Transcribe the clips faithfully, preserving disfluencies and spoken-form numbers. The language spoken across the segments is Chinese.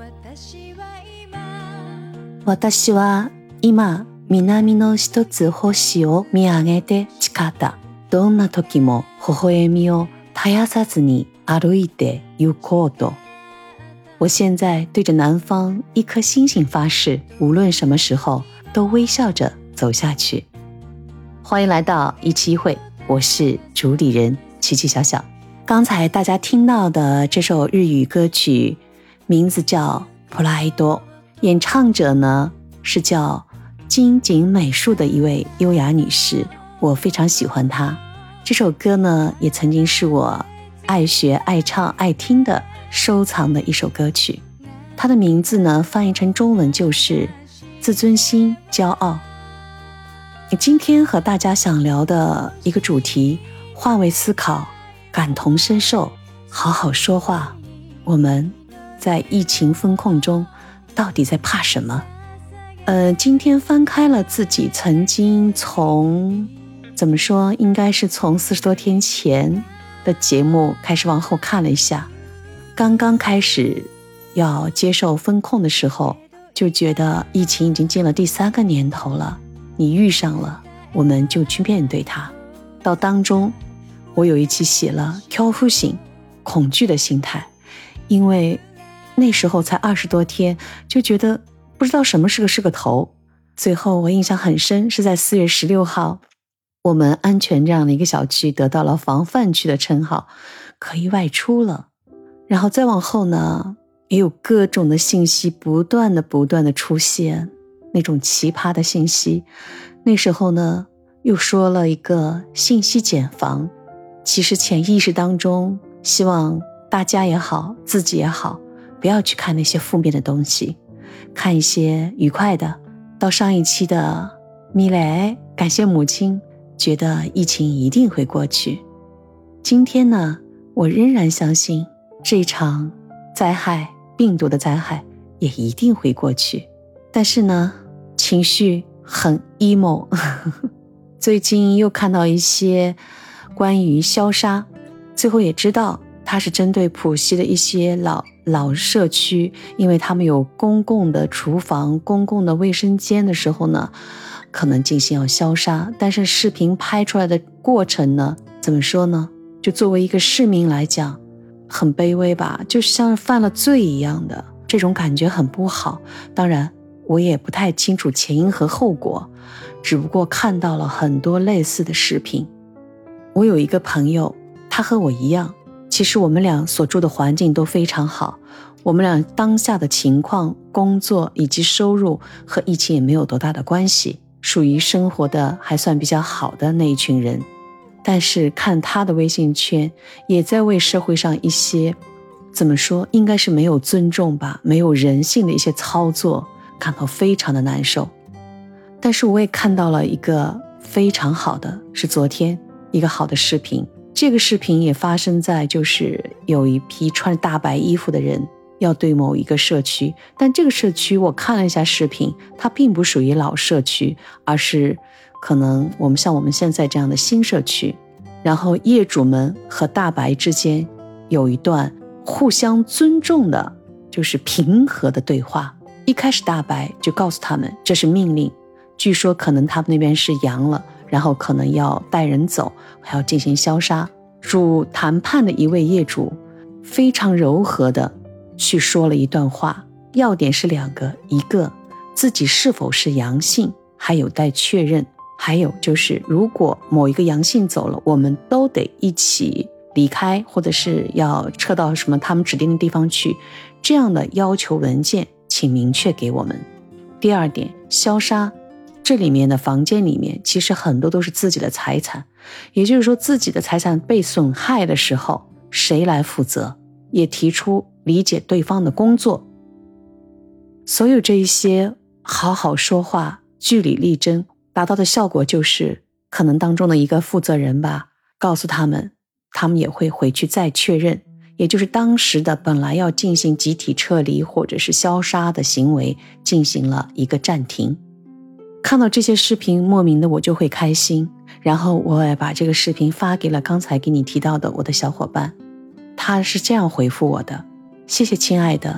私は今南の一つ星を見上げて誓った。どんな時も微笑みを絶やさずに歩いて行こうと。我现在对着南方一颗星星发誓，无论什么时候都微笑着走下去。欢迎来到一期一会，我是主理人琪琪小小。刚才大家听到的这首日语歌曲名字叫普拉伊多，演唱者呢是叫金井美术的一位优雅女士，我非常喜欢她。这首歌呢也曾经是我爱学爱唱爱听的收藏的一首歌曲。它的名字呢翻译成中文就是自尊心骄傲。今天和大家想聊的一个主题，换位思考，感同身受，好好说话。我们在疫情风控中到底在怕什么？呃，今天翻开了自己曾经从怎么说，应该是从四十多天前的节目开始往后看了一下。刚刚开始要接受风控的时候，就觉得疫情已经进了第三个年头了，你遇上了，我们就去面对它。到当中我有一期写了恐怖心，恐惧的心态，因为那时候才二十多天，就觉得不知道什么是个是个头。最后我印象很深，是在四月十六号，我们安全这样的一个小区得到了防范区的称号，可以外出了。然后再往后呢，也有各种的信息不断的不断的出现，那种奇葩的信息。那时候呢又说了一个信息茧房，其实潜意识当中希望大家也好，自己也好，不要去看那些负面的东西，看一些愉快的。到上一期的米雷感谢母亲，觉得疫情一定会过去。今天呢，我仍然相信这一场灾害，病毒的灾害也一定会过去。但是呢，情绪很 emo 最近又看到一些关于消杀，最后也知道它是针对浦西的一些老老社区，因为他们有公共的厨房、公共的卫生间的时候呢，可能进行要消杀。但是视频拍出来的过程呢，怎么说呢，就作为一个市民来讲很卑微吧，就像犯了罪一样的，这种感觉很不好。当然我也不太清楚前因和后果，只不过看到了很多类似的视频。我有一个朋友，他和我一样，其实我们俩所住的环境都非常好，我们俩当下的情况、工作以及收入和疫情也没有多大的关系，属于生活的还算比较好的那一群人。但是看他的微信圈，也在为社会上一些怎么说，应该是没有尊重吧，没有人性的一些操作感到非常的难受。但是我也看到了一个非常好的，是昨天一个好的视频。这个视频也发生在就是有一批穿大白衣服的人要对某一个社区，但这个社区我看了一下视频，它并不属于老社区，而是可能我们像我们现在这样的新社区。然后业主们和大白之间有一段互相尊重的，就是平和的对话。一开始大白就告诉他们这是命令，据说可能他们那边是阳了，然后可能要带人走，还要进行消杀。主谈判的一位业主非常柔和的去说了一段话，要点是两个，一个自己是否是阳性还有待确认，还有就是如果某一个阳性走了，我们都得一起离开，或者是要撤到什么他们指定的地方去，这样的要求文件请明确给我们。第二点，消杀这里面的房间里面其实很多都是自己的财产，也就是说自己的财产被损害的时候谁来负责，也提出理解对方的工作。所有这一些好好说话，据理力争，达到的效果就是可能当中的一个负责人吧，告诉他们他们也会回去再确认，也就是当时的本来要进行集体撤离或者是消杀的行为进行了一个暂停。看到这些视频，莫名的我就会开心，然后我也把这个视频发给了刚才给你提到的我的小伙伴，他是这样回复我的：谢谢亲爱的，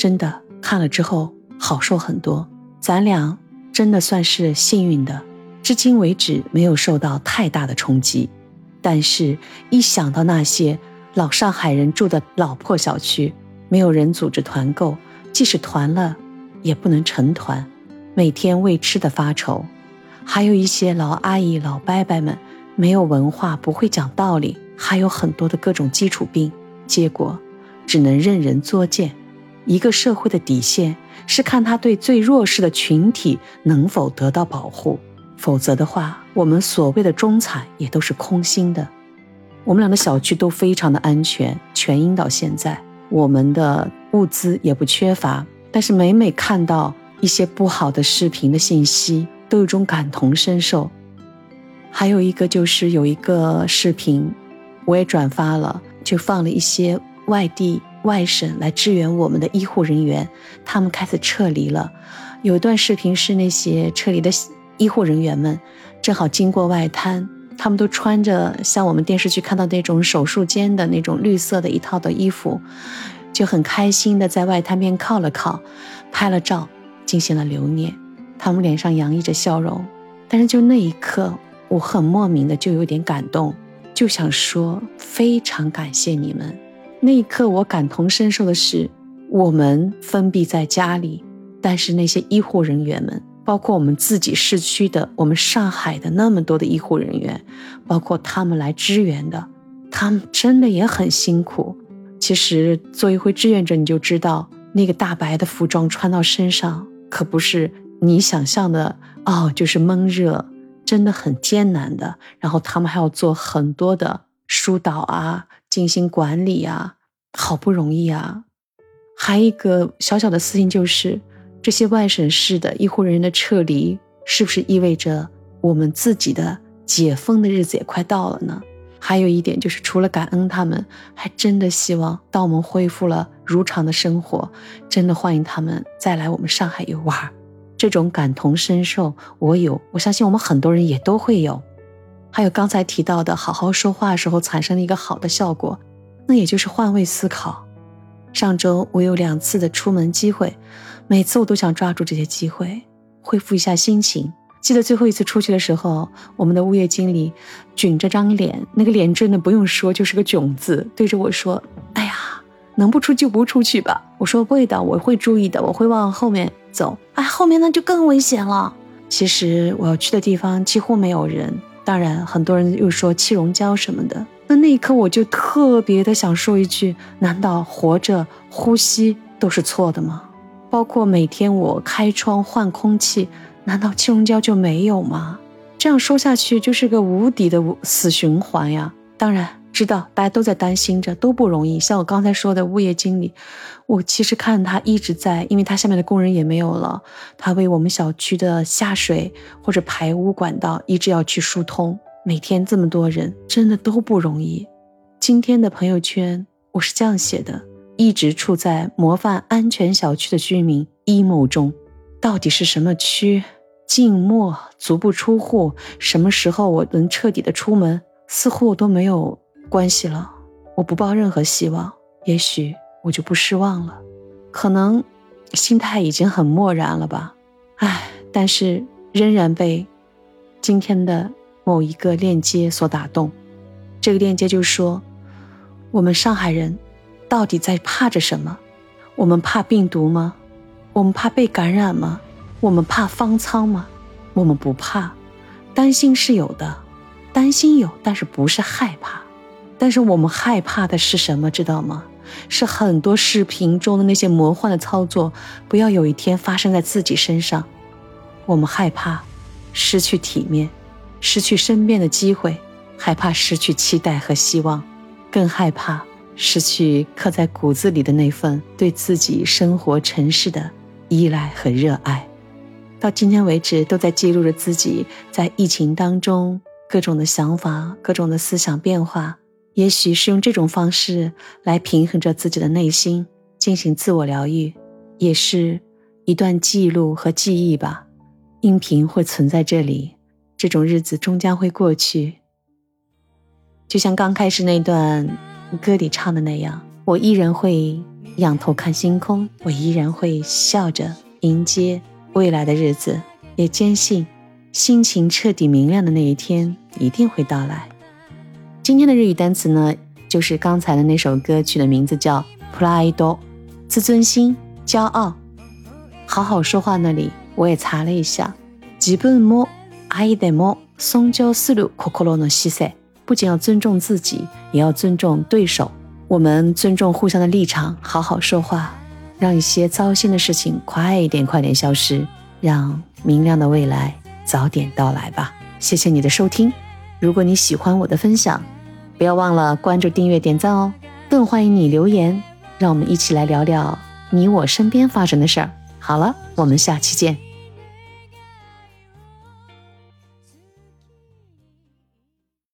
真的看了之后好受很多。咱俩真的算是幸运的，至今为止没有受到太大的冲击。但是一想到那些老上海人住的老破小区，没有人组织团购，即使团了也不能成团，每天为吃的发愁。还有一些老阿姨老伯伯们没有文化，不会讲道理，还有很多的各种基础病，结果只能任人作践。一个社会的底线是看他对最弱势的群体能否得到保护，否则的话，我们所谓的中产也都是空心的。我们俩的小区都非常的安全，全阴到现在，我们的物资也不缺乏，但是每每看到一些不好的视频的信息，都有一种感同身受。还有一个就是有一个视频我也转发了，就放了一些外地外省来支援我们的医护人员，他们开始撤离了。有一段视频是那些撤离的医护人员们正好经过外滩，他们都穿着像我们电视剧看到那种手术间的那种绿色的一套的衣服，就很开心的在外滩边靠了靠，拍了照，进行了留念。他们脸上洋溢着笑容，但是就那一刻我很莫名的就有点感动，就想说非常感谢你们。那一刻我感同身受的是，我们封闭在家里，但是那些医护人员们，包括我们自己市区的，我们上海的那么多的医护人员，包括他们来支援的，他们真的也很辛苦。其实做一回志愿者，你就知道那个大白的服装穿到身上可不是你想象的哦，就是闷热，真的很艰难的。然后他们还要做很多的疏导啊，进行管理啊，好不容易啊。还有一个小小的私心，就是这些外省市的医护人员的撤离，是不是意味着我们自己的解封的日子也快到了呢？还有一点就是，除了感恩他们，还真的希望当我们恢复了如常的生活，真的欢迎他们再来我们上海游玩。这种感同身受我有，我相信我们很多人也都会有。还有刚才提到的好好说话的时候产生了一个好的效果，那也就是换位思考。上周我有两次的出门机会，每次我都想抓住这些机会恢复一下心情。记得最后一次出去的时候，我们的物业经理囧着张脸，那个脸真的不用说就是个囧字，对着我说，哎呀，能不出就不出去吧。我说不会的，我会注意的，我会往后面走。哎，后面那就更危险了。其实我要去的地方几乎没有人，当然很多人又说气溶胶什么的。那那一刻我就特别的想说一句，难道活着呼吸都是错的吗？包括每天我开窗换空气，难道气溶胶就没有吗？这样说下去就是个无底的死循环呀。当然知道大家都在担心着，都不容易。像我刚才说的物业经理，我其实看他一直在，因为他下面的工人也没有了，他为我们小区的下水或者排污管道一直要去疏通，每天这么多人真的都不容易。今天的朋友圈我是这样写的，一直处在模范安全小区的居民 emo 中，到底是什么区？静默，足不出户，什么时候我能彻底的出门？似乎都没有关系了。我不抱任何希望，也许我就不失望了。可能心态已经很漠然了吧。唉，但是仍然被今天的某一个链接所打动。这个链接就说，我们上海人到底在怕着什么？我们怕病毒吗？我们怕被感染吗？我们怕方舱吗？我们不怕，担心是有的，担心有，但是不是害怕。但是我们害怕的是什么，知道吗？是很多视频中的那些魔幻的操作，不要有一天发生在自己身上。我们害怕失去体面，失去身边的机会，害怕失去期待和希望，更害怕失去刻在骨子里的那份对自己生活城市的依赖和热爱。到今天为止都在记录着自己在疫情当中各种的想法，各种的思想变化，也许是用这种方式来平衡着自己的内心，进行自我疗愈，也是一段记录和记忆吧。音频会存在这里，这种日子终将会过去。就像刚开始那段歌里唱的那样，我依然会仰头看星空，我依然会笑着迎接未来的日子，也坚信心情彻底明亮的那一天一定会到来。今天的日语单词呢，就是刚才的那首歌曲的名字叫 Pride， 自尊心、骄傲。好好说话那里我也查了一下，自分も相手も尊重する心の姿勢，不仅要尊重自己，也要尊重对手。我们尊重互相的立场，好好说话，让一些糟心的事情快一点快点消失，让明亮的未来早点到来吧。谢谢你的收听，如果你喜欢我的分享，不要忘了关注、订阅、点赞哦。更欢迎你留言，让我们一起来聊聊你我身边发生的事儿。好了，我们下期见。